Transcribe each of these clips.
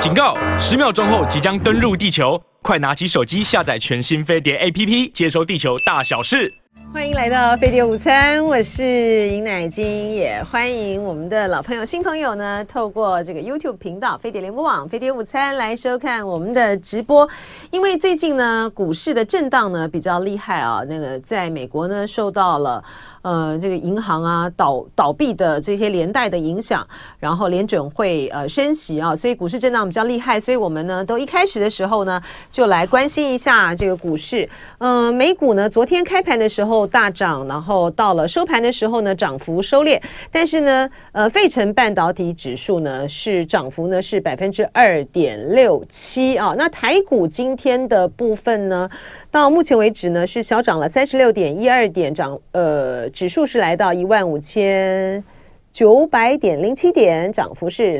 警告！10秒钟后即将登陆地球，快拿起手机下载全新飞碟 APP， 接收地球大小事。 欢迎来到飞碟午餐，我是尹乃菁，也欢迎我们的老朋友、新朋友呢，透过这个 YouTube 频道飞碟联播网、飞碟午餐来收看我们的直播。因为最近呢，股市的震荡呢比较厉害啊，那个在美国呢受到了这个银行啊倒闭的这些连带的影响，然后联准会升息啊，所以股市震荡比较厉害，所以我们呢都一开始的时候呢就来关心一下这个股市。美股呢昨天开盘的时候大涨，然后到了收盘的时候呢涨幅收敛，但是呢费城半导体指数呢是涨幅呢是 2.67% 啊。那台股今天的部分呢到目前为止呢是小涨了 36.12 点，指数是来到15900.07点，涨幅是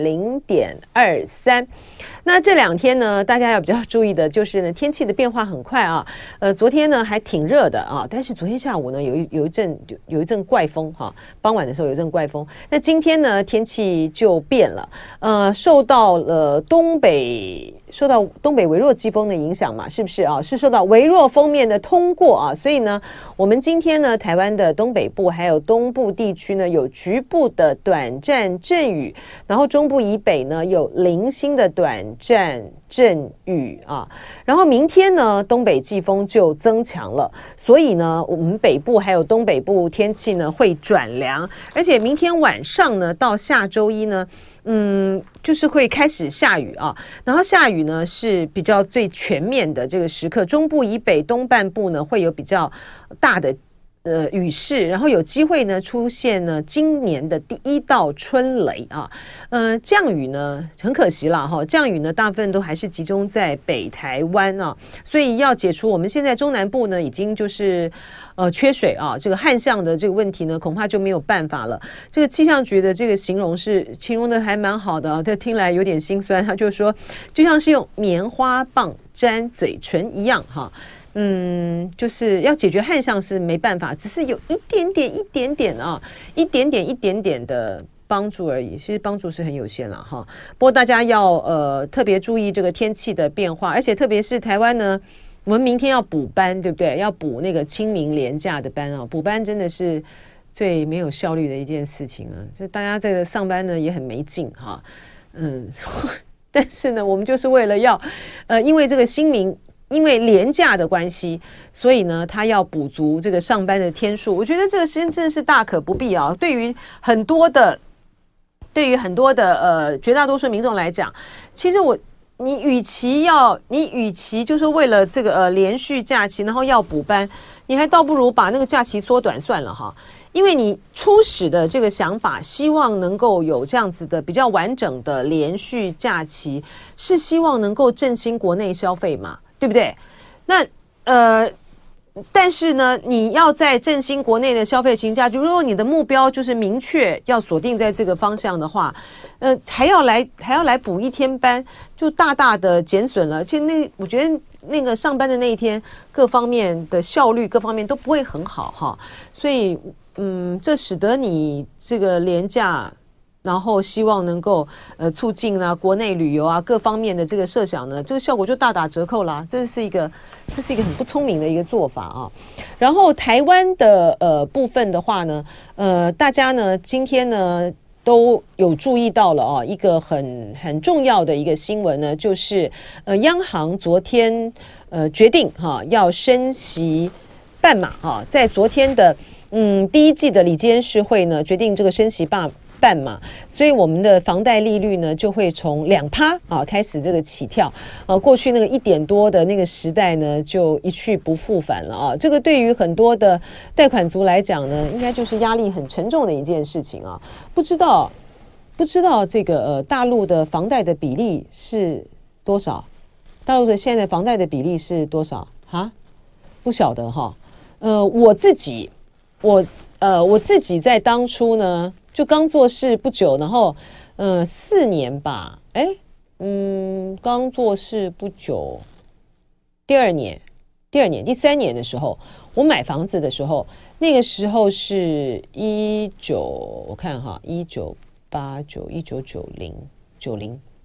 0.23%。那这两天呢，大家要比较注意的就是呢，天气的变化很快啊。昨天呢还挺热的啊，但是昨天下午呢有一阵怪风哈，傍晚的时候有一阵怪风。那今天呢天气就变了，受到东北微弱季风的影响嘛，是不是啊？是受到微弱锋面的通过啊，所以呢，我们今天呢，台湾的东北部还有东部地区呢，有局部的短暂阵雨，然后中部以北呢有零星的短暂阵雨啊，然后明天呢，东北季风就增强了，所以呢，我们北部还有东北部天气呢会转凉，而且明天晚上呢到下周一呢。就是会开始下雨啊，然后下雨呢是比较最全面的这个时刻，中部以北东半部呢会有比较大的雨势，然后有机会呢出现呢今年的第一道春雷啊，降雨呢很可惜啦哈，降雨呢大部分都还是集中在北台湾啊，所以要解除我们现在中南部呢已经就是缺水啊，这个旱象的这个问题呢恐怕就没有办法了。这个气象局的这个形容的还蛮好的啊，这听来有点心酸，他就说就像是用棉花棒沾嘴唇一样哈。就是要解决旱象是没办法，只是有一点点啊，一点点的帮助而已，其实帮助是很有限了哈。不过大家要特别注意这个天气的变化，而且特别是台湾呢，我们明天要补班，对不对？要补那个清明连假的班啊，补班真的是最没有效率的一件事情啊，就大家这个上班呢也很没劲哈，但是呢，我们就是为了要因为这个因为连假的关系，所以呢，他要补足这个上班的天数。我觉得这个时间真的是大可不必啊。对于很多的绝大多数民众来讲，其实你与其就是为了这个连续假期，然后要补班，你还倒不如把那个假期缩短算了哈。因为你初始的这个想法，希望能够有这样子的比较完整的连续假期，是希望能够振兴国内消费嘛。对不对？那但是呢，你要在振兴国内的消费情价，如果你的目标就是明确要锁定在这个方向的话，还要来补一天班，就大大的减损了。其实我觉得那个上班的那一天，各方面的效率各方面都不会很好哈。所以这使得你这个廉价。然后希望能够促进啊国内旅游啊各方面的这个设想呢，这个效果就大打折扣啦。这是一个很不聪明的一个做法啊。然后台湾的部分的话呢，大家呢今天呢都有注意到了啊，一个很重要的一个新闻呢，就是央行昨天决定要升息半码啊，在昨天的第一季的理监事会呢决定这个升息半码，所以我们的房贷利率呢就会从2%开始这个起跳，过去那个1点多的那个时代呢就一去不复返了啊。这个对于很多的贷款族来讲呢，应该就是压力很沉重的一件事情啊。不知道这个大陆的房贷的比例是多少？大陆的现在房贷的比例是多少啊？不晓得哈。我自己在当初呢。就刚做事不久，然后4年吧，刚做事不久，第3年的时候，我买房子的时候，那个时候是我看哈，1989、1990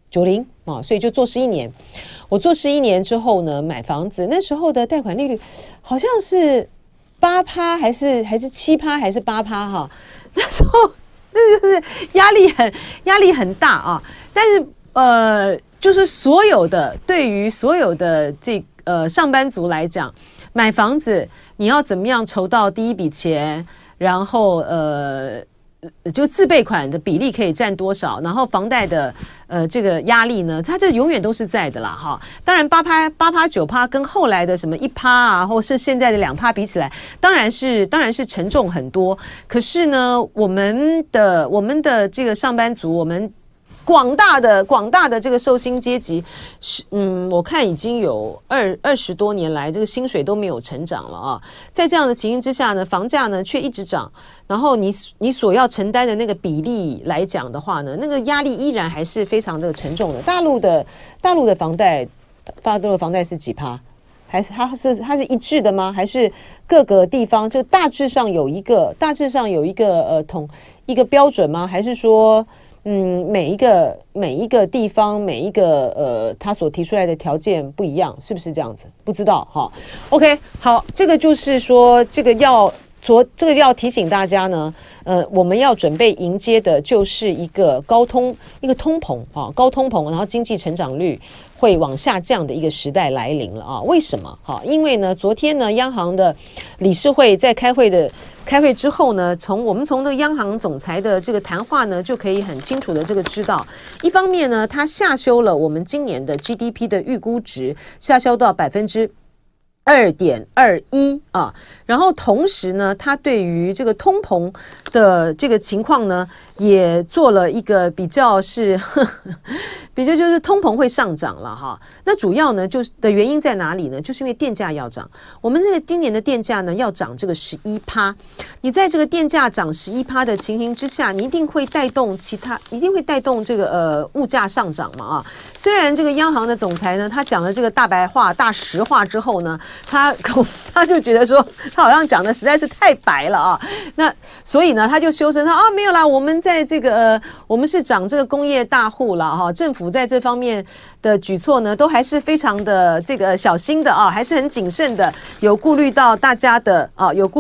90啊，所以就做11年。我做11年之后呢，买房子那时候的贷款利率好像是8%还是7%还是8%哈，那时候那就是压力很大啊。但是就是对于所有的上班族来讲，买房子你要怎么样筹到第一笔钱，然后就自备款的比例可以占多少，然后房贷的这个压力呢，它这永远都是在的啦哈。当然8%、9%跟后来的什么1%啊，或是现在的2%比起来，当然是沉重很多。可是呢，我们的这个上班族，我们广大的这个受薪阶级是我看已经有20多年来这个薪水都没有成长了啊。在这样的情形之下呢，房价呢却一直涨，然后你所要承担的那个比例来讲的话呢，那个压力依然还是非常的沉重的。大陆的房贷是几%？还是它是一致的吗？还是各个地方就大致上有一个一个标准吗？还是说每一个地方每一个他所提出来的条件不一样，是不是这样子？不知道哈。OK， 好，这个就是说这个要提醒大家呢，我们要准备迎接的就是一个通膨啊，高通膨，然后经济成长率会往下降的一个时代来临了啊。为什么？因为呢，昨天呢，央行的理事会在开会之后呢，我们从这个央行总裁的这个谈话呢，就可以很清楚的这个知道，一方面呢，他下修了我们今年的 GDP 的预估值，下修到2.21%啊，然后同时呢，他对于这个通膨的这个情况呢，也做了一个比较就是通膨会上涨了哈。那主要呢就是的原因在哪里呢？就是因为电价要涨。我们这个今年的电价呢要涨这个11%，你在这个电价涨11%的情形之下，你一定会带动这个物价上涨嘛啊。虽然这个央行的总裁呢，他讲了这个大白话、大实话之后呢，他就觉得说他好像讲的实在是太白了啊。那所以呢，他就修正他没有啦，我们在这个我们是涨这个工业大户了哈，政府在这方面的举措呢，都还是非常的这个小心的啊，还是很谨慎的，有顾虑到大家的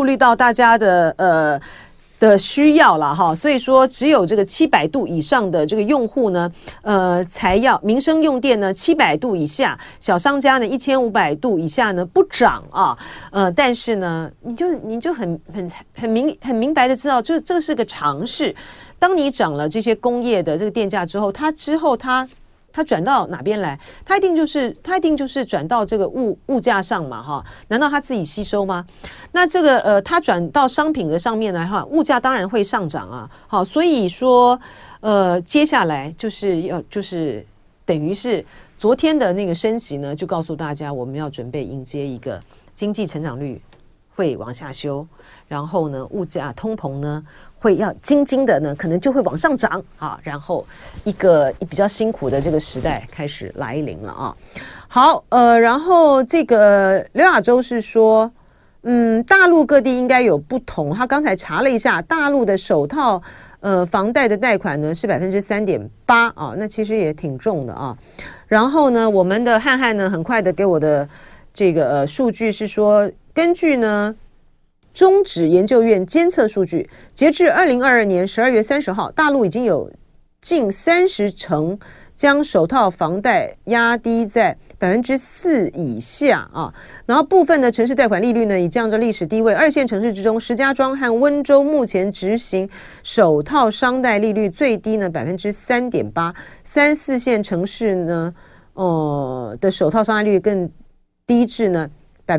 的需要了哈，所以说只有这个700度以上的这个用户呢，才要民生用电呢700度以下，小商家呢1500度以下呢不涨啊，但是呢，你就很明白的知道，这个是个常识。当你涨了这些工业的这个电价之后，它转到哪边来？它一定就是转到这个物价上嘛哈？难道它自己吸收吗？那这个它转到商品的上面来哈，物价当然会上涨啊。好，所以说接下来就是等于是昨天的那个升息呢，就告诉大家我们要准备迎接一个经济成长率会往下修，然后呢物价通膨呢会要精的呢，可能就会往上涨啊，然后一个比较辛苦的这个时代开始来临了啊。好，然后这个刘亚洲是说，大陆各地应该有不同。他刚才查了一下，大陆的首套房贷的贷款呢是3.8%啊，那其实也挺重的啊。然后呢，我们的汉呢很快的给我的这个数据是说，根据呢中指研究院监测数据，截至2022年12月30号，大陆已经有近30%将首套房贷压低在4%以下啊。然后部分的城市贷款利率呢已降至历史低位，二线城市之中，石家庄和温州目前执行首套商贷利率最低呢3.8%，3、4线城市呢的首套商贷利率更低至呢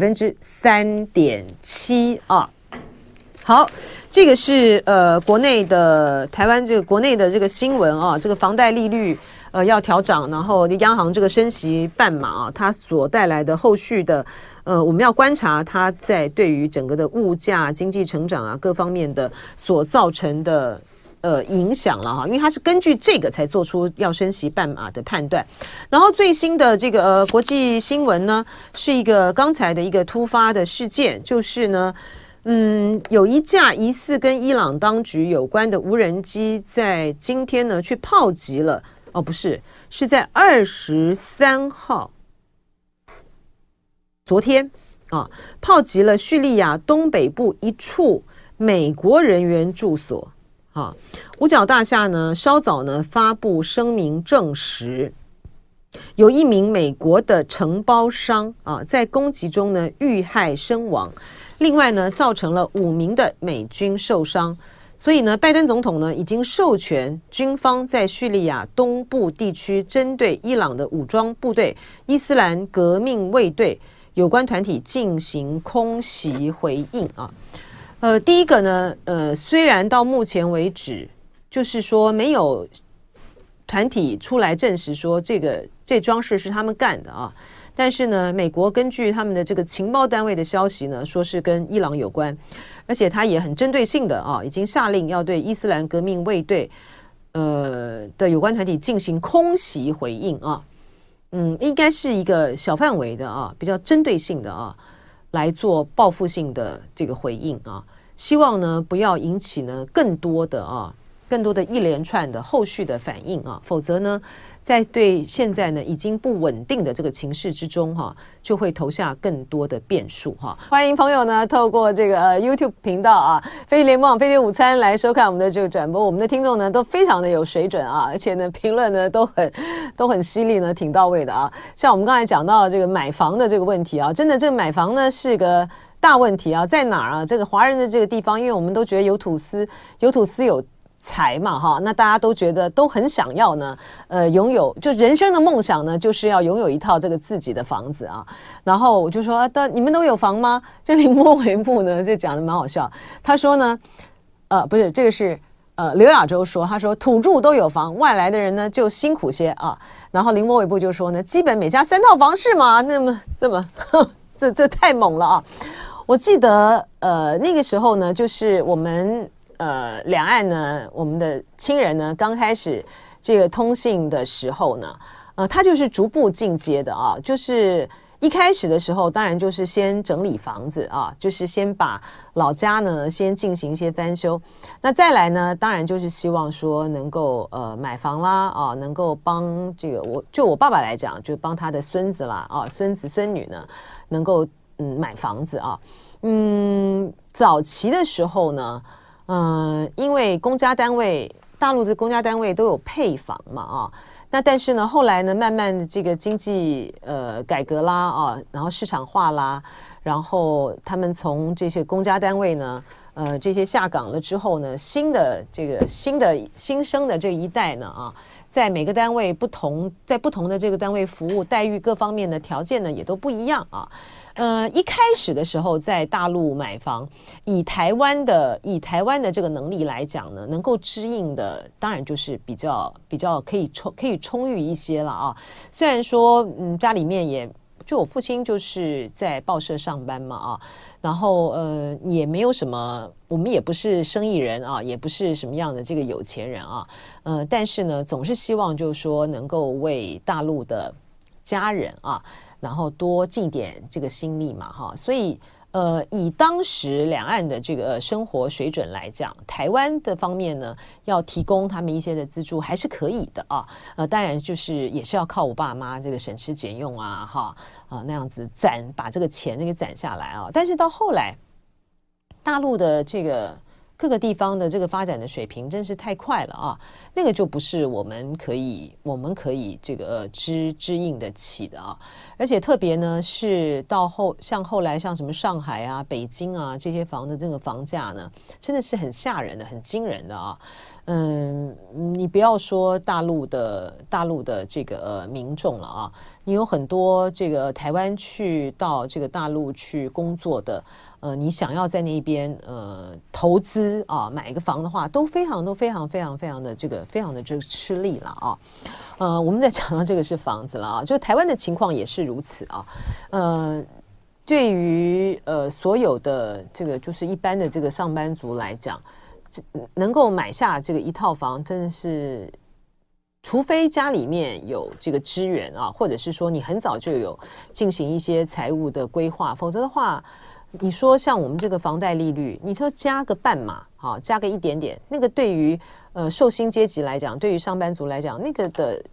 3.7%啊。好，这个是国内的台湾这个国内的这个新闻啊，这个房贷利率要调涨，然后央行这个升息半码啊，它所带来的后续的我们要观察它在对于整个的物价、经济成长啊各方面的所造成的影响了哈，因为它是根据这个才做出要升息半码的判断。然后最新的这个国际新闻呢，是一个刚才的一个突发的事件，就是呢有一架疑似跟伊朗当局有关的无人机在今天呢去炮击了，不是， 是在23号，昨天啊，炮击了叙利亚东北部一处美国人员住所。啊，五角大厦呢，稍早呢发布声明证实，有一名美国的承包商啊，在攻击中呢遇害身亡，另外呢造成了5名的美军受伤。所以呢，拜登总统呢已经授权军方在叙利亚东部地区针对伊朗的武装部队伊斯兰革命卫队有关团体进行空袭回应啊。第一个呢，虽然到目前为止，就是说没有团体出来证实说这桩事是他们干的啊，但是呢，美国根据他们的这个情报单位的消息呢，说是跟伊朗有关，而且他也很针对性的啊，已经下令要对伊斯兰革命卫队的有关团体进行空袭回应啊，应该是一个小范围的啊，比较针对性的啊。来做报复性的这个回应啊，希望呢不要引起呢更多的一连串的后续的反应啊，否则呢，在对现在呢已经不稳定的这个情势之中哈，就会投下更多的变数哈。欢迎朋友呢透过这个YouTube 频道啊，飞碟联盟网飞碟午餐来收看我们的这个转播，我们的听众呢都非常的有水准啊，而且呢评论呢都很犀利呢，挺到位的啊。像我们刚才讲到这个买房的这个问题啊，真的这个买房呢是个大问题啊，在哪儿啊？这个华人的这个地方，因为我们都觉得有土司有财嘛哈，那大家都觉得都很想要呢，拥有就人生的梦想呢，就是要拥有一套这个自己的房子啊。然后我就说，你们都有房吗？这凌波微步呢就讲的蛮好笑，他说呢，不是这个是刘亚洲说，他说土著都有房，外来的人呢就辛苦些啊。然后凌波微步就说呢，基本每家3套房是吗？那么这太猛了啊！我记得那个时候呢，就是我们。两岸呢，我们的亲人呢，刚开始这个通信的时候呢，他就是逐步进阶的啊，就是一开始的时候，当然就是先整理房子啊，就是先把老家呢先进行一些翻修，那再来呢，当然就是希望说能够买房啦啊，能够帮这个我爸爸来讲，就帮他的孙子啦啊，孙子孙女呢能够买房子啊，早期的时候呢。因为公家单位，大陆的公家单位都有配房嘛啊，那但是呢，后来呢，慢慢的这个经济改革啦啊，然后市场化啦，然后他们从这些公家单位呢，这些下岗了之后呢，新生的这一代呢啊，在每个单位在不同的这个单位服务待遇各方面的条件呢也都不一样啊。一开始的时候在大陆买房，以台湾的这个能力来讲呢，能够支应的当然就是比较可以充裕一些了啊。虽然说家里面也就我父亲就是在报社上班嘛啊，然后也没有什么，我们也不是生意人啊，也不是什么样的这个有钱人啊，但是呢总是希望就是说能够为大陆的家人啊。然后多尽点这个心力嘛哈，所以以当时两岸的这个生活水准来讲，台湾的方面呢要提供他们一些的资助还是可以的啊，当然就是也是要靠我爸妈这个省吃俭用啊哈那样子把这个钱给攒下来啊，但是到后来大陆的这个各个地方的这个发展的水平真是太快了啊，那个就不是我们可以这个支应得起的啊，而且特别呢是到后来像什么上海啊、北京啊这些房的这个房价呢，真的是很吓人的、很惊人的啊。你不要说大陆的这个民众了啊，你有很多这个台湾去到这个大陆去工作的。你想要在那边投资啊买一个房的话，都非常的这个非常的这个吃力了啊。我们在讲到这个是房子了啊，就台湾的情况也是如此啊。对于所有的这个就是一般的这个上班族来讲，能够买下这个一套房，真的是。除非家里面有这个支援啊，或者是说你很早就有进行一些财务的规划，否则的话。你说像我们这个房贷利率，你说加个半码，加个一点点，那个对于受薪阶级来讲，对于上班族来讲，那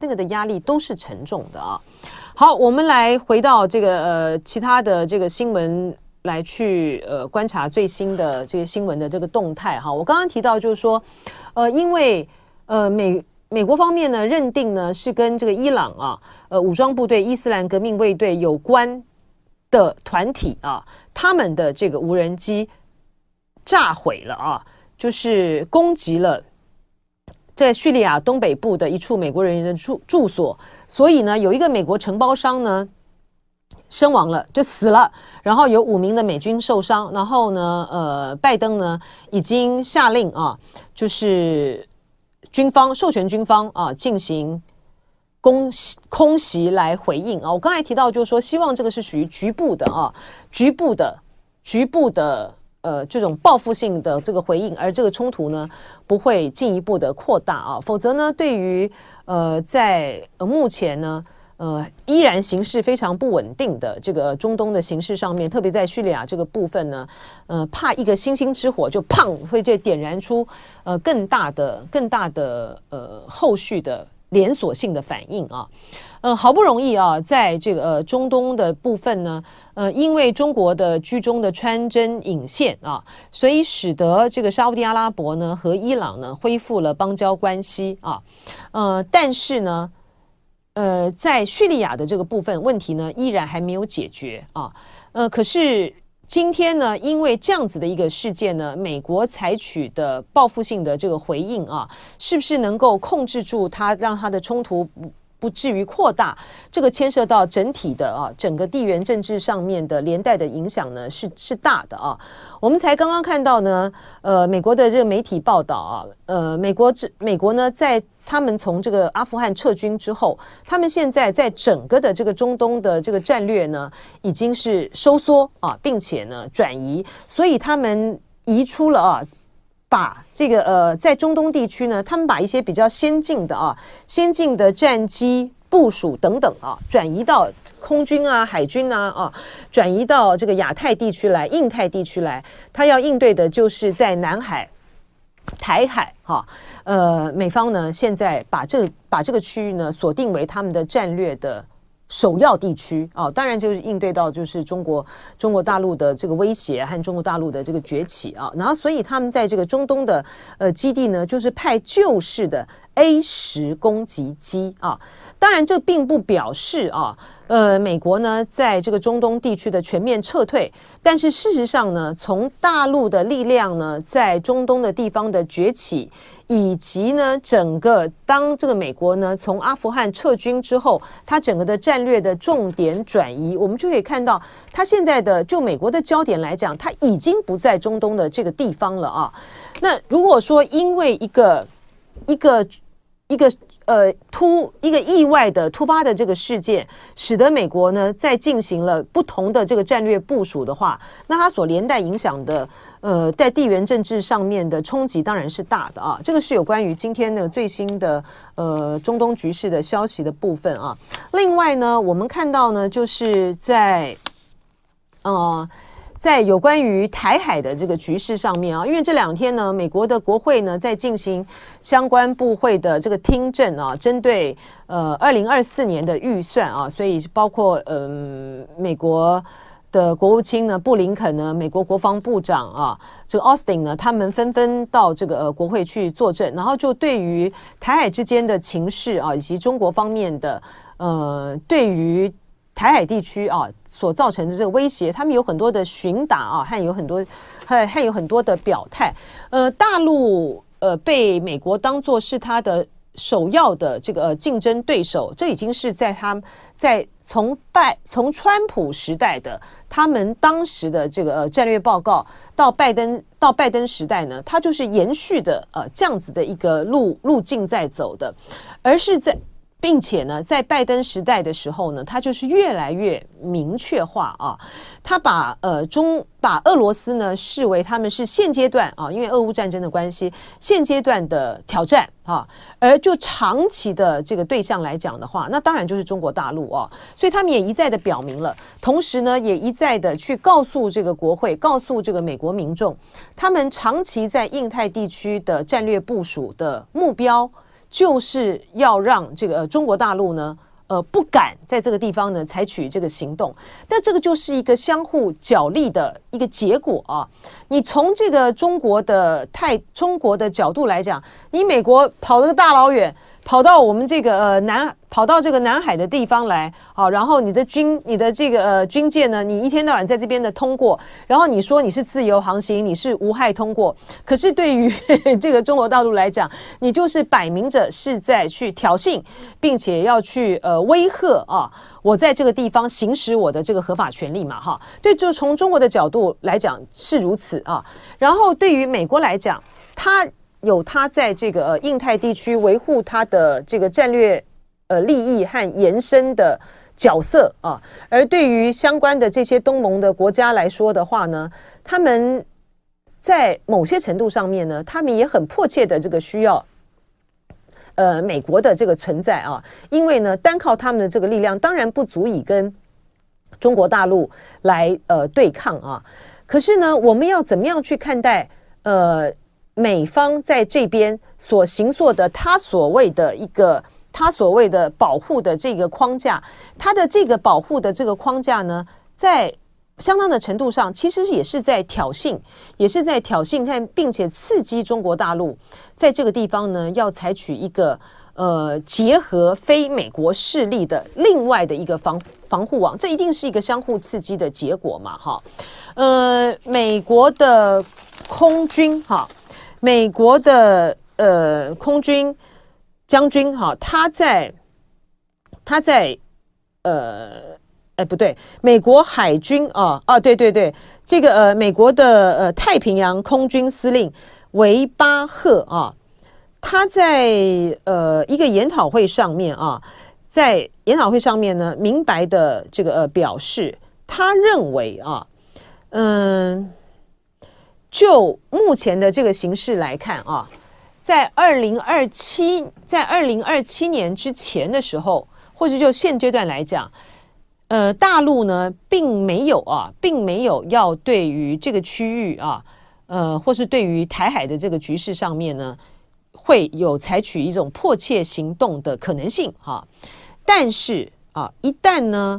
那个的压力都是沉重的啊。好，我们来回到这个其他的这个新闻来去观察最新的这个新闻的这个动态哈。我刚刚提到就是说，因为美国方面呢认定呢是跟这个伊朗啊武装部队伊斯兰革命卫队有关的团体啊，他们的这个无人机炸毁了啊，就是攻击了在叙利亚东北部的一处美国人员的住所，所以呢有一个美国承包商呢身亡了，就死了，然后有5名的美军受伤，然后呢拜登呢已经下令啊，就是授权军方啊进行空袭来回应啊。我刚才提到就是说希望这个是属于局部的啊，局部的这种报复性的这个回应，而这个冲突呢不会进一步的扩大啊，否则呢对于在目前呢依然形势非常不稳定的这个中东的形势上面，特别在叙利亚这个部分呢，怕一个星星之火就砰会这点燃出更大的后续的连锁性的反应啊。好不容易啊，在这个中东的部分呢，因为中国的居中的穿针引线啊，所以使得这个沙烏地阿拉伯呢和伊朗呢恢复了邦交关系啊，但是呢，在叙利亚的这个部分问题呢依然还没有解决啊，可是今天呢，因为这样子的一个事件呢，美国采取的报复性的这个回应啊，是不是能够控制住它，让它的冲突不至于扩大，这个牵涉到整体的整个地缘政治上面的连带的影响呢是大的啊。我们才刚刚看到呢，美国的这个媒体报道啊，美国呢在他们从这个阿富汗撤军之后，他们现在在整个的这个中东的这个战略呢已经是收缩啊，并且呢转移，所以他们移出了啊。把这个在中东地区呢，他们把一些比较先进的战机部署等等啊，转移到空军啊、海军啊，转移到这个亚太地区来、印太地区来。他要应对的就是在南海、台海美方呢现在把这个区域呢锁定为他们的战略的首要地区啊，当然就是应对到就是中国大陆的这个威胁和中国大陆的这个崛起啊，然后所以他们在这个中东的基地呢，就是派旧式的 A10攻击机啊，当然这并不表示啊，美国呢在这个中东地区的全面撤退，但是事实上呢，从大陆的力量呢在中东的地方的崛起，以及呢整个当这个美国呢从阿富汗撤军之后，它整个的战略的重点转移，我们就可以看到它现在的就美国的焦点来讲，它已经不在中东的这个地方了啊。那如果说因为一个意外的突发的这个事件，使得美国呢在进行了不同的这个战略部署的话，那它所连带影响的在地缘政治上面的冲击当然是大的啊。这个是有关于今天的最新的中东局势的消息的部分啊。另外呢，我们看到呢，就是在有关于台海的这个局势上面啊，因为这2天呢，美国的国会呢在进行相关部会的这个听证啊，针对2024年的预算啊，所以包括美国的国务卿呢布林肯呢，美国国防部长啊这个 Austin 呢，他们纷纷到这个国会去作证，然后就对于台海之间的情势啊，以及中国方面的对于台海地区啊所造成的这个威胁，他们有很多的询答啊，还有很多的表态。大陆被美国当作是他的首要的这个竞争对手，这已经是在从川普时代的他们当时的这个战略报告到拜登时代呢，它就是延续的这样子的一个路径在走的，并且呢，在拜登时代的时候呢，他就是越来越明确化啊，他把俄罗斯呢视为他们是现阶段啊，因为俄乌战争的关系，现阶段的挑战啊，而就长期的这个对象来讲的话，那当然就是中国大陆啊，所以他们也一再的表明了，同时呢，也一再的去告诉这个国会，告诉这个美国民众，他们长期在印太地区的战略部署的目标。 就是要让这个中国大陆呢，不敢在这个地方呢采取这个行动。但这个就是一个相互角力的一个结果啊。你从这个中国的角度来讲，你美国跑了个大老远，跑到我们这个跑到这个南海的地方来，好，然后你的这个军舰呢，你一天到晚在这边的通过，然后你说你是自由航行，你是无害通过，可是对于这个中国大陆来讲，你就是摆明着是在去挑衅，并且要去威吓啊，我在这个地方行使我的这个合法权利嘛，哈，对，就从中国的角度来讲是如此啊。然后对于美国来讲，他有他在这个印太地区维护他的这个战略利益和延伸的角色啊，而对于相关的这些东盟的国家来说的话呢，他们在某些程度上面呢，他们也很迫切的这个需要美国的这个存在啊，因为呢，单靠他们的这个力量，当然不足以跟中国大陆来对抗啊。可是呢，我们要怎么样去看待美方在这边所形塑的他所谓的保护的这个框架，他的这个保护的这个框架呢，在相当的程度上其实也是在挑衅，并且刺激中国大陆在这个地方呢要采取一个结合非美国势力的另外的一个防护网，这一定是一个相互刺激的结果嘛，哈。美国的空军哈，美国的空军将军哈，他在不对，美国海军对，这个美国的太平洋空军司令维巴赫啊，他在一个研讨会上面啊，在研讨会上面呢，明白的这个表示，他认为啊，就目前的这个形势来看啊，在2027年之前的时候，或者就现阶段来讲，大陆呢并没有要对于这个区域啊，或是对于台海的这个局势上面呢，会有采取一种迫切行动的可能性哈。但是啊，一旦呢，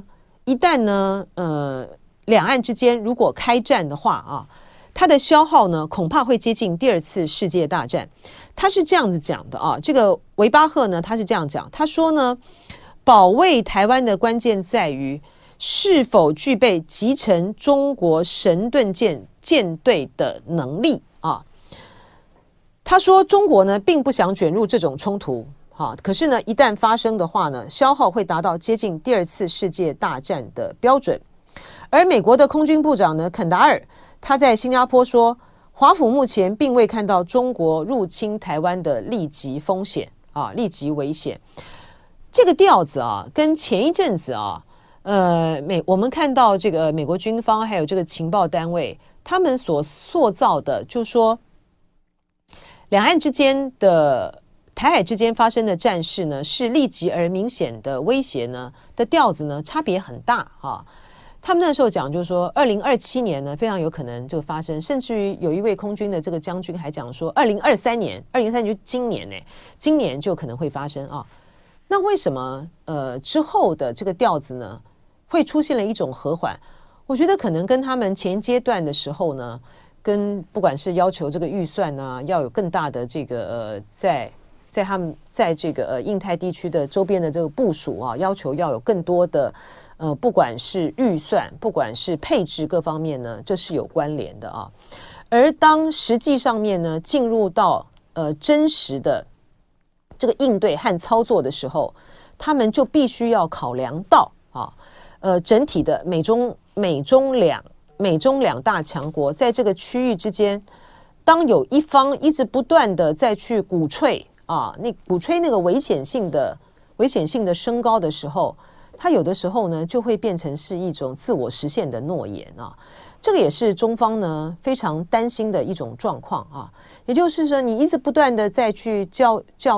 两岸之间如果开战的话啊，它的消耗呢，恐怕会接近第二次世界大战。他是这样子讲的啊，这个维巴赫呢，他是这样讲，他说呢，保卫台湾的关键在于是否具备集成中国神盾舰队的能力啊。他说中国呢，并不想卷入这种冲突，可是呢，一旦发生的话呢，消耗会达到接近第二次世界大战的标准。而美国的空军部长呢，肯达尔，他在新加坡说，华府目前并未看到中国入侵台湾的立即风险啊，立即危险。这个调子啊，跟前一阵子啊，我们看到这个美国军方还有这个情报单位，他们所塑造的，就是说，两岸之间的台海之间发生的战事呢，是立即而明显的威胁呢的调子呢，差别很大啊。他们那时候讲，就是说，2027年呢，非常有可能就发生，甚至于有一位空军的这个将军还讲说，2023年就今年呢，今年就可能会发生啊。那为什么之后的这个调子呢，会出现了一种和缓？我觉得可能跟他们前阶段的时候呢，跟不管是要求这个预算啊，要有更大的这个在他们在这个印太地区的周边的这个部署啊，要求要有更多的不管是预算，不管是配置各方面呢，这是有关联的啊。而当实际上面呢，进入到真实的这个应对和操作的时候，他们就必须要考量到整体的美中两大强国在这个区域之间，当有一方一直不断的再去鼓吹那个危险性的升高的时候，它有的时候呢就会变成是一种自我实现的诺言啊。这个也是中方呢非常担心的一种状况啊。也就是说，你一直不断的再去叫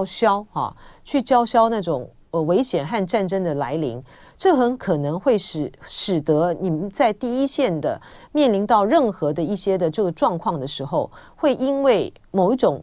嚣那种危险和战争的来临，这很可能会使得你们在第一线的面临到任何的一些的这个状况的时候，会因为某一种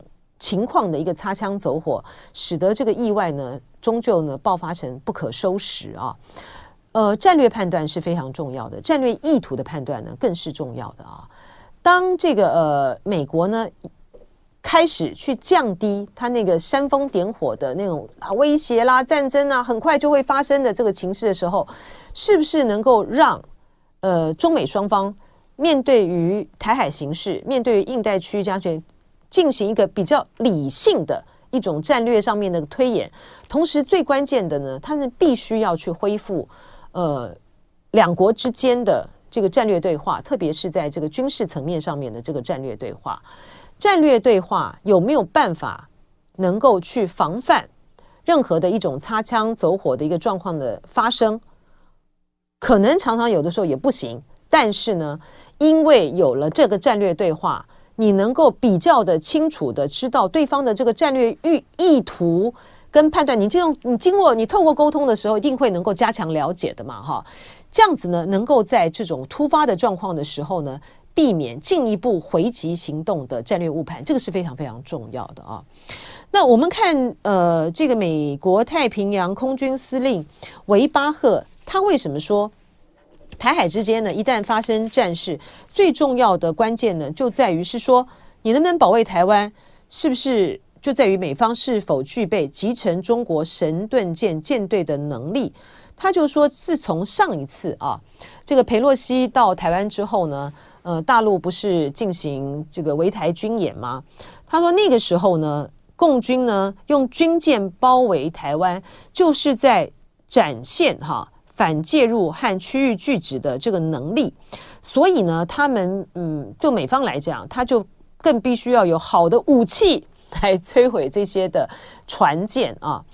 情况的一个擦枪走火，使得这个意外呢终究呢爆发成不可收拾啊。战略判断是非常重要的，战略意图的判断呢更是重要的啊。当这个美国呢开始去降低它那个煽风点火的那种威胁啦、战争啊，很快就会发生的这个情势的时候，是不是能够让中美双方面对于台海形势、面对于印太区域将进行一个比较理性的一种战略上面的推演？同时，最关键的呢，他们必须要去恢复两国之间的这个战略对话，特别是在这个军事层面上面的这个战略对话。战略对话有没有办法能够去防范任何的一种擦枪走火的一个状况的发生？可能常常有的时候也不行，但是呢，因为有了这个战略对话，你能够比较的清楚的知道对方的这个战略意图跟判断，你透过沟通的时候，一定会能够加强了解的嘛，哈。这样子呢，能够在这种突发的状况的时候呢，避免进一步回击行动的战略误判，这个是非常非常重要的啊。那我们看这个美国太平洋空军司令维巴赫，他为什么说台海之间呢，一旦发生战事，最重要的关键呢，就在于是说你能不能保卫台湾，是不是就在于美方是否具备击沉中国神盾舰舰队的能力。他就说，自从上一次啊，这个裴洛西到台湾之后呢，大陆不是进行这个围台军演吗？他说那个时候呢，共军呢用军舰包围台湾，就是在展现反介入和区域拒止的这个能力。所以呢，他们就美方来讲，他就更必须要有好的武器来摧毁这些的船舰啊。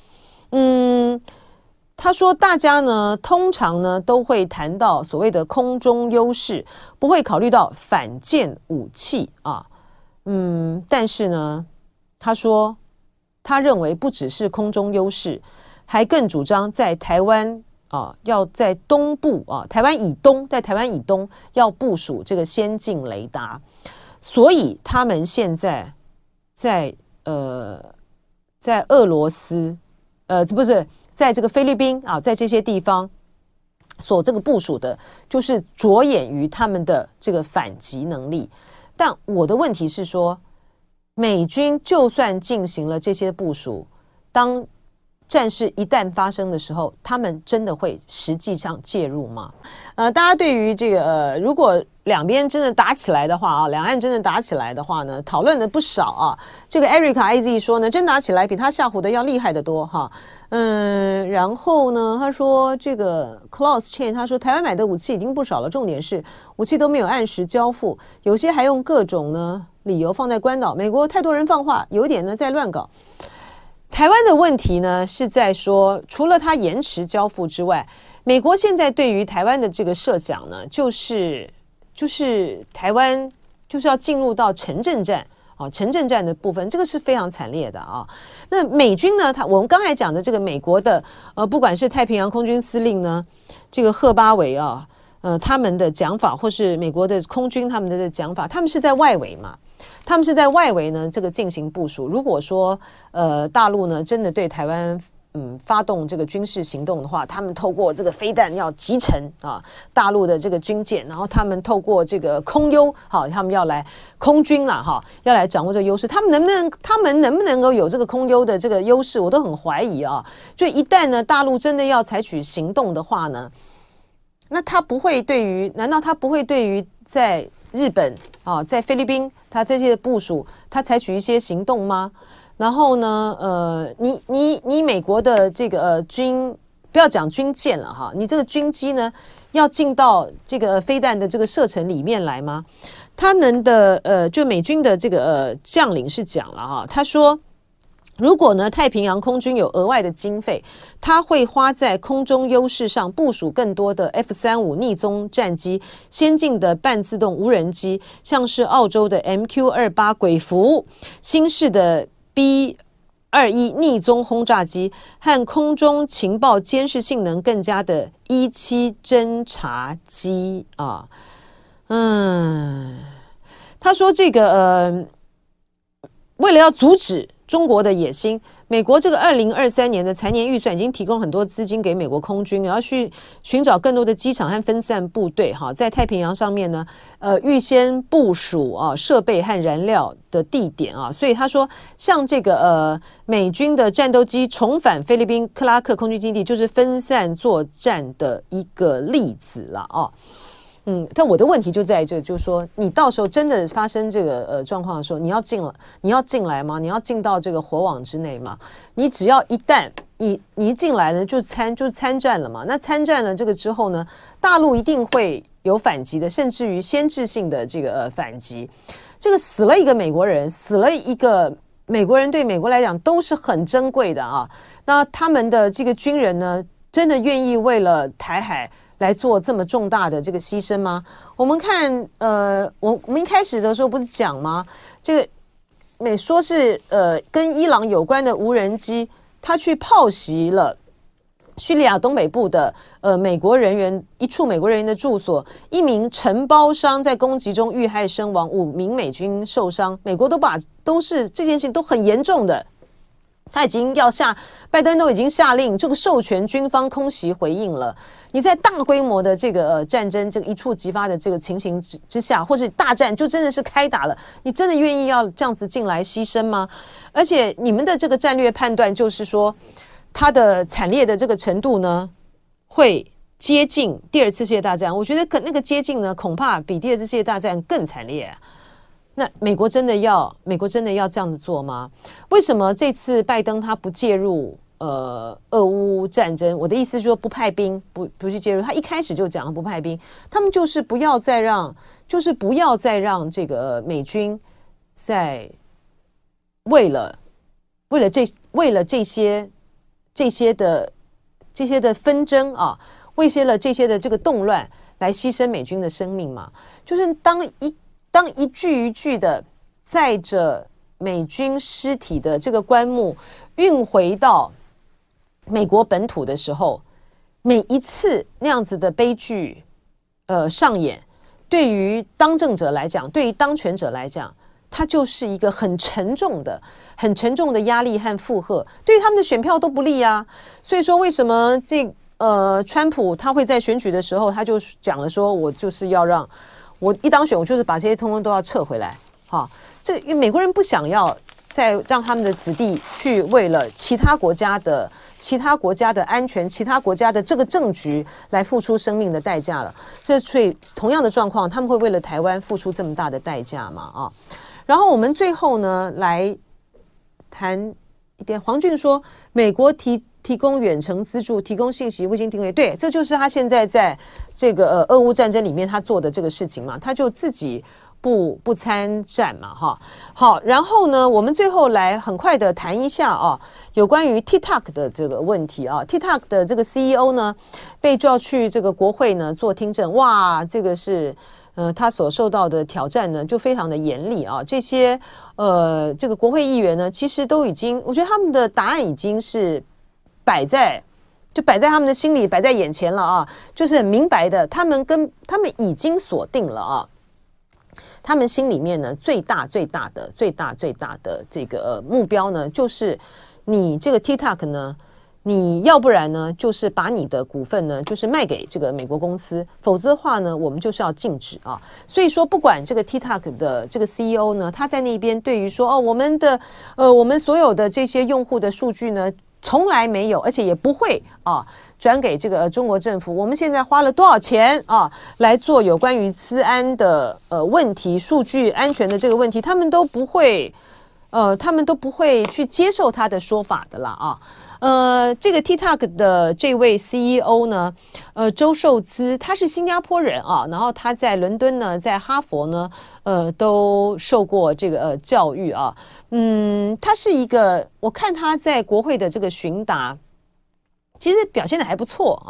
他说大家呢通常呢都会谈到所谓的空中优势，不会考虑到反舰武器啊。但是呢，他说他认为不只是空中优势，还更主张在台湾要在东部台湾以东，在台湾以东要部署这个先进雷达。所以他们现在在俄罗斯不是在这个菲律宾在这些地方所这个部署的，就是着眼于他们的这个反击能力。但我的问题是说，美军就算进行了这些部署，当战事一旦发生的时候，他们真的会实际上介入吗？大家对于这个如果两边真的打起来的话两岸真的打起来的话呢，讨论的不少这个 Erica IZ 说呢，真打起来比他吓唬的要厉害得多然后呢，他说这个 Klaus Chen 他说台湾买的武器已经不少了，重点是武器都没有按时交付，有些还用各种呢理由放在关岛，美国太多人放话，有一点呢在乱搞。台湾的问题呢是在说，除了它延迟交付之外，美国现在对于台湾的这个设想呢，就是台湾就是要进入到城镇战城镇战的部分，这个是非常惨烈的那美军呢，我们刚才讲的这个美国的不管是太平洋空军司令呢，这个赫巴维他们的讲法，或是美国的空军他们的讲法，他们是在外围嘛。他们是在外围呢这个进行部署。如果说大陆呢真的对台湾发动这个军事行动的话，他们透过这个飞弹要击沉大陆的这个军舰，然后他们透过这个空优他们要来空军要来掌握这个优势。他们能不能够有这个空优的这个优势，我都很怀疑就一旦呢大陆真的要采取行动的话呢，那难道他不会对于在日本在菲律宾他这些部署他采取一些行动吗？然后呢你美国的这个不要讲军舰了你这个军机呢要进到这个飞弹的这个射程里面来吗？他们的就美军的这个将领是讲了他说如果呢太平洋空军有额外的经费，他会花在空中优势上，部署更多的 F-35 逆踪战机，先进的半自动无人机，像是澳洲的 MQ-28 鬼蝠，新式的 B-21 逆踪轰炸机和空中情报监视性能更佳的17侦察机他说这个为了要阻止中国的野心，美国这个2023年的财年预算已经提供很多资金给美国空军，然后去寻找更多的机场和分散部队在太平洋上面呢，预先部署设备和燃料的地点所以他说，像这个美军的战斗机重返菲律宾克拉克空军基地，就是分散作战的一个例子了但我的问题就在这，就是说，你到时候真的发生这个状况的时候，你要进来吗？你要进到这个火网之内吗？你只要一旦你一进来呢，就参战了嘛。那参战了这个之后呢，大陆一定会有反击的，甚至于先制性的这个反击。这个死了一个美国人，死了一个美国人，对美国来讲都是很珍贵的那他们的这个军人呢，真的愿意为了台海来做这么重大的这个牺牲吗？我们看，我们一开始的时候不是讲吗？这个说是跟伊朗有关的无人机，它去炮袭了叙利亚东北部的一处美国人员的住所，一名承包商在攻击中遇害身亡，5名美军受伤。美国都是这件事情都很严重的。他已经拜登都已经下令这个授权军方空袭回应了。你在大规模的这个战争这个一触即发的这个情形之下，或是大战就真的是开打了，你真的愿意要这样子进来牺牲吗？而且你们的这个战略判断就是说，它的惨烈的这个程度呢，会接近第二次世界大战。我觉得那个接近呢，恐怕比第二次世界大战更惨烈那美国真的要这样子做吗？为什么这次拜登他不介入俄乌战争？我的意思是说不派兵，不去介入。他一开始就讲不派兵，他们就是不要再让这个美军在为了这些的纷争为了这些的这个动乱来牺牲美军的生命嘛。就是当一具一具的载着美军尸体的这个棺木运回到美国本土的时候，每一次那样子的悲剧上演，对于当政者来讲，对于当权者来讲，它就是一个很沉重的压力和负荷，对于他们的选票都不利啊。所以说为什么川普他会在选举的时候他就讲了说，我就是要让我一当选，我就是把这些通通都要撤回来这个因为美国人不想要再让他们的子弟去为了其他国家的安全，其他国家的这个政局来付出生命的代价了。所以同样的状况，他们会为了台湾付出这么大的代价吗然后我们最后呢来谈一点，黄俊说美国提供远程资助，提供信息卫星定位，对，这就是他现在在这个俄乌战争里面他做的这个事情嘛，他就自己不参战嘛好，然后呢我们最后来很快的谈一下有关于 TikTok 的这个问题TikTok 的这个 CEO 呢被叫去这个国会呢做听证，哇，这个是他所受到的挑战呢就非常的严厉这些这个国会议员呢其实都已经，我觉得他们的答案已经是摆在他们的心里，摆在眼前了就是很明白的，他们已经锁定了他们心里面呢最大的这个目标呢，就是你这个 TikTok 呢，你要不然呢就是把你的股份呢就是卖给这个美国公司，否则的话呢我们就是要禁止所以说不管这个 TikTok 的这个 CEO 呢，他在那边对于说我们所有的这些用户的数据呢从来没有，而且也不会转给这个中国政府。我们现在花了多少钱来做有关于资安的问题、数据安全的这个问题，他们都不会去接受他的说法的啦这个 TikTok 的这位 CEO 呢，周受资，他是新加坡人然后他在伦敦呢，在哈佛呢，都受过这个教育他是一个，我看他在国会的这个询答，其实表现得还不错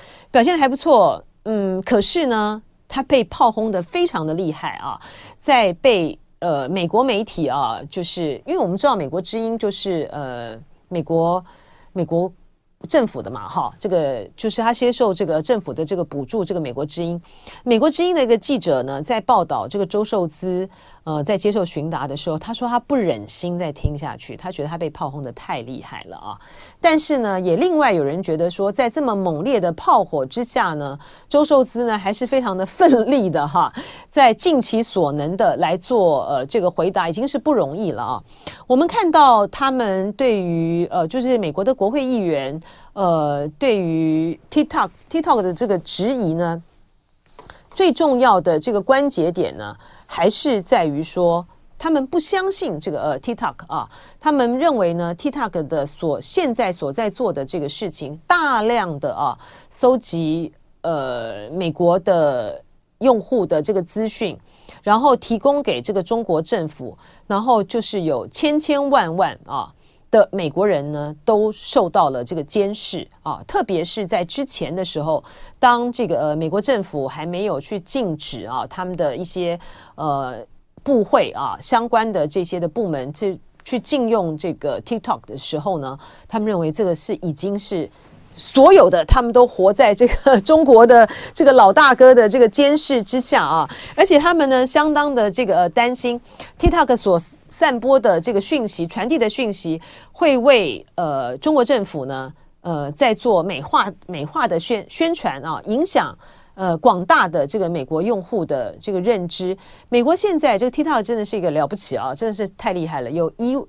可是呢，他被炮轰得非常的厉害在被美国媒体就是因为我们知道美国之音就是美国政府的嘛这个就是他接受这个政府的这个补助，这个美国之音的一个记者呢在报道这个周受资在接受询答的时候，他说他不忍心再听下去，他觉得他被炮轰得太厉害了啊。但是呢，也另外有人觉得说，在这么猛烈的炮火之下呢，周受资呢还是非常的奋力的哈，在尽其所能的来做这个回答，已经是不容易了啊。我们看到他们对于就是美国的国会议员对于 TikTok 的这个质疑呢，最重要的这个关节点呢，还是在于说，他们不相信这个TikTok 啊，他们认为呢 TikTok 的现在所在做的这个事情，大量的搜集美国的用户的这个资讯，然后提供给这个中国政府，然后就是有千万的美国人呢，都受到了这个监视啊，特别是在之前的时候，当这个美国政府还没有去禁止他们的一些部会相关的这些的部门去禁用这个 TikTok 的时候呢，他们认为这个已经是所有的他们都活在这个中国的这个老大哥的这个监视之下啊，而且他们呢相当的这个担心 TikTok 所散播的这个讯息传递的讯息会为中国政府呢在做美化的宣传啊，影响广大的这个美国用户的这个认知。美国现在这个 TikTok 真的是一个了不起啊，真的是太厉害了，有1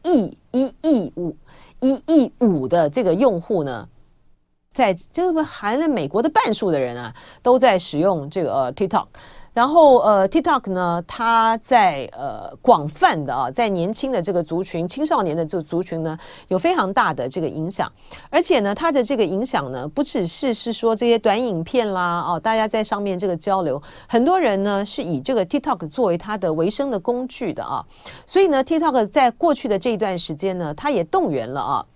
亿5的这个用户呢，在这个含了美国的半数的人啊，都在使用这个TikTok。然后TikTok 呢，它在广泛的在年轻的这个族群、青少年的这个族群呢，有非常大的这个影响。而且呢，它的这个影响呢，不只是说这些短影片啦，大家在上面这个交流，很多人呢是以这个 TikTok 作为他的维生的工具的啊。所以呢 ，TikTok 在过去的这一段时间呢，它也动员了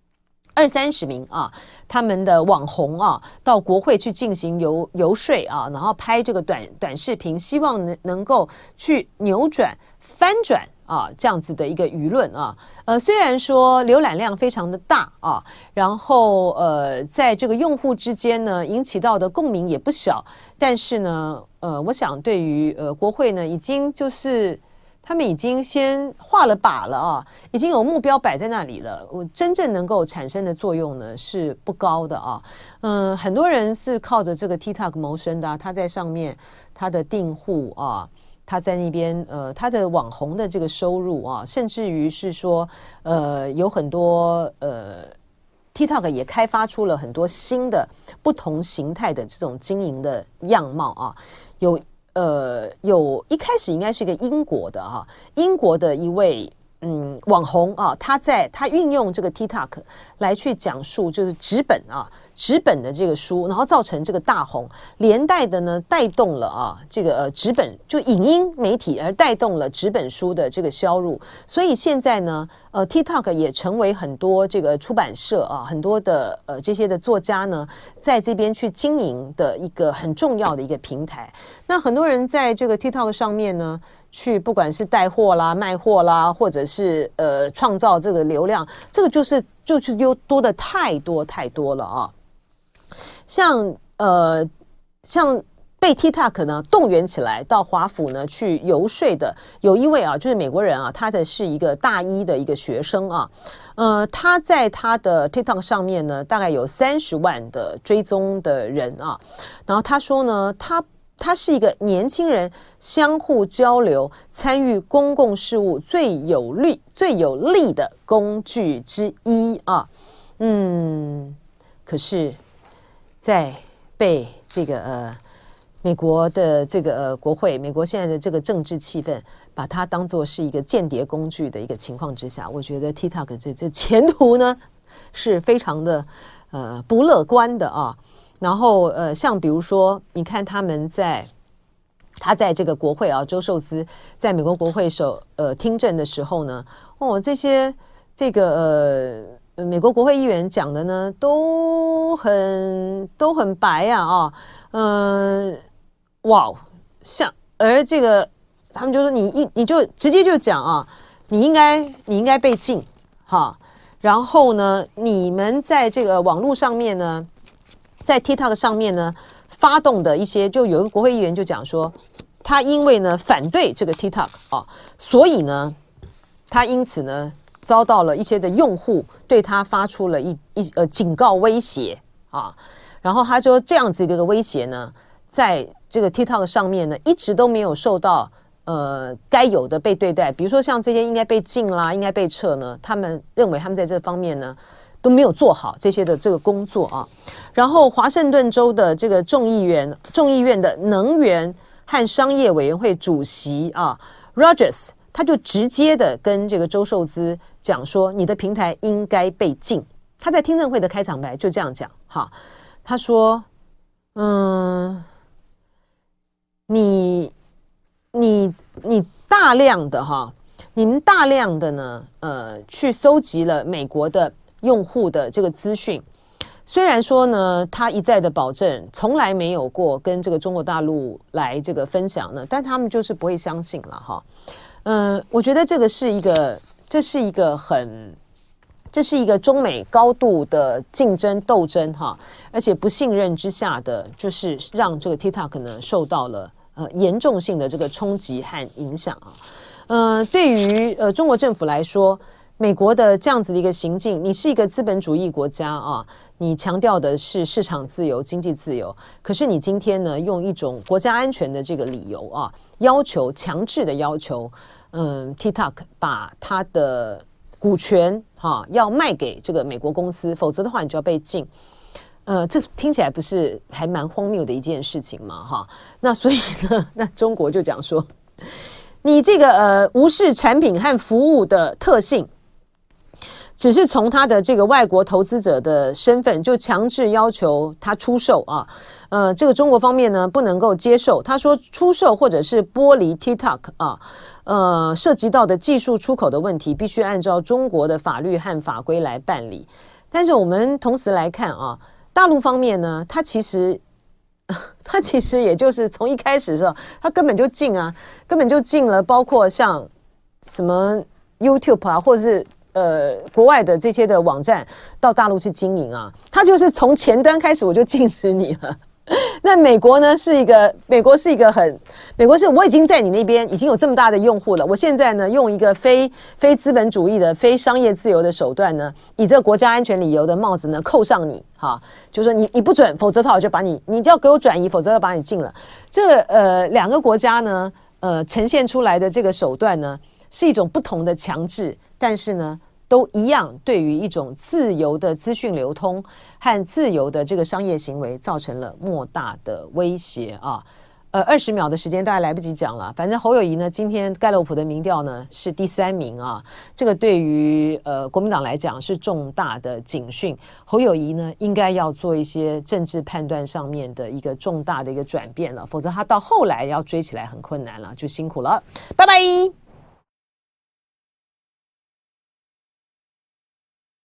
20-30名他们的网红到国会去进行游说然后拍这个短视频，希望能够去扭转翻转这样子的一个舆论虽然说浏览量非常的大然后在这个用户之间呢引起到的共鸣也不小，但是呢我想对于国会呢已经就是他们已经先画了靶了已经有目标摆在那里了。我真正能够产生的作用呢是不高的很多人是靠着这个 TikTok 谋生的他在上面他的订户他在那边他的网红的这个收入甚至于是说有很多TikTok 也开发出了很多新的不同形态的这种经营的样貌有一开始应该是一个英国的一位网红他运用这个 TikTok 来去讲述就是纸本的这个书，然后造成这个大红，连带的呢带动了这个纸本就影音媒体而带动了纸本书的这个销路。所以现在呢TikTok 也成为很多这个出版社很多的这些的作家呢在这边去经营的一个很重要的一个平台。那很多人在这个 TikTok 上面呢去不管是带货啦卖货啦，或者是创造这个流量，这个就是又多的太多了像被 TikTok 呢动员起来到华府呢去游说的有一位就是美国人他的是一个大一的一个学生他在他的 TikTok 上面呢大概有30万的追踪的人然后他说呢他是一个年轻人相互交流参与公共事务最有力的工具之一可是在被这个美国的这个国会，美国现在的这个政治气氛把它当作是一个间谍工具的一个情况之下，我觉得 TikTok 这前途呢是非常的不乐观的然后像比如说你看他在这个国会周受资在美国国会听证的时候呢这个美国国会议员讲的呢都很白而这个他们就说你就直接就讲你应该被禁然后呢你们在这个网络上面呢在 TikTok 上面呢发动的一些，就有一个国会议员就讲说他因为呢反对这个 TikTok 啊，所以呢，他因此呢遭到了一些的用户对他发出了警告威胁啊，然后他说这样子的一个威胁呢，在这个 TikTok 上面呢，一直都没有受到该有的被对待，比如说像这些应该被禁啦，应该被撤呢，他们认为他们在这方面呢都没有做好这些的这个工作啊。然后华盛顿州的这个众议院的能源和商业委员会主席啊 Rogers， 他就直接的跟这个周受资讲说，你的平台应该被禁。他在听证会的开场白就这样讲哈，他说你大量的哈，你们大量的呢去搜集了美国的用户的这个资讯，虽然说呢他一再的保证从来没有过跟这个中国大陆来这个分享呢，但他们就是不会相信了哈。我觉得这是一个中美高度的竞争斗争哈，而且不信任之下的，就是让这个 TikTok 呢受到了严重性的这个冲击和影响啊。对于中国政府来说，美国的这样子的一个行径，你是一个资本主义国家啊，你强调的是市场自由、经济自由，可是你今天呢用一种国家安全的这个理由啊，强制的要求TikTok 把它的股权要卖给这个美国公司，否则的话你就要被禁。这听起来不是还蛮荒谬的一件事情嘛哈？那所以呢，那中国就讲说，你这个无视产品和服务的特性，只是从他的这个外国投资者的身份就强制要求他出售啊。这个中国方面呢不能够接受。他说出售或者是剥离 TikTok 啊，涉及到的技术出口的问题，必须按照中国的法律和法规来办理。但是我们同时来看啊，大陆方面呢，他其实也就是从一开始的时候，他根本就禁了，包括像什么 YouTube 啊，或者是国外的这些的网站到大陆去经营啊，他就是从前端开始我就禁止你了。那美国呢美国是我已经在你那边已经有这么大的用户了，我现在呢用一个非资本主义的非商业自由的手段呢，以这个国家安全理由的帽子呢扣上你哈，就是说你不准，否则的话我就把你要给我转移，否则要把你禁了。这两个国家呢呈现出来的这个手段呢是一种不同的强制，但是呢都一样对于一种自由的资讯流通和自由的这个商业行为造成了莫大的威胁啊。20秒的时间大概来不及讲了，反正侯友宜呢今天盖洛普的民调呢是第3名啊，这个对于国民党来讲是重大的警讯。侯友宜呢应该要做一些政治判断上面的一个重大的一个转变了，否则他到后来要追起来很困难了，就辛苦了，拜拜。